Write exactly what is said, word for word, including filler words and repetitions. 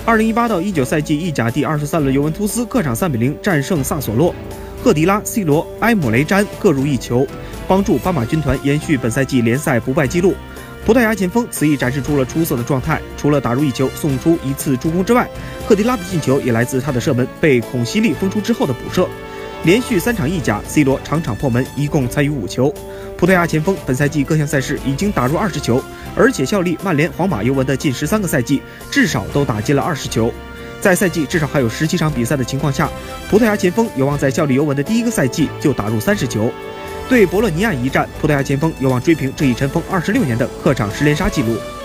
二零一八到一九赛季意甲第二十三轮，尤文图斯客场三比零战胜萨索洛，赫迪拉、C 罗、埃姆雷詹各入一球，帮助斑马军团延续本赛季联赛不败纪录。葡萄牙前锋此役展示出了出色的状态，除了打入一球、送出一次助攻之外，赫迪拉的进球也来自他的射门被孔希利封出之后的补射。连续三场意甲 ，C 罗场场破门，一共参与五球。葡萄牙前锋本赛季各项赛事已经打入二十球，而且效力曼联、皇马、尤文的近十三个赛季，至少都打进了二十球。在赛季至少还有十七场比赛的情况下，葡萄牙前锋有望在效力尤文的第一个赛季就打入三十球。对博洛尼亚一战，葡萄牙前锋有望追平这一尘封二十六年的客场十连杀纪录。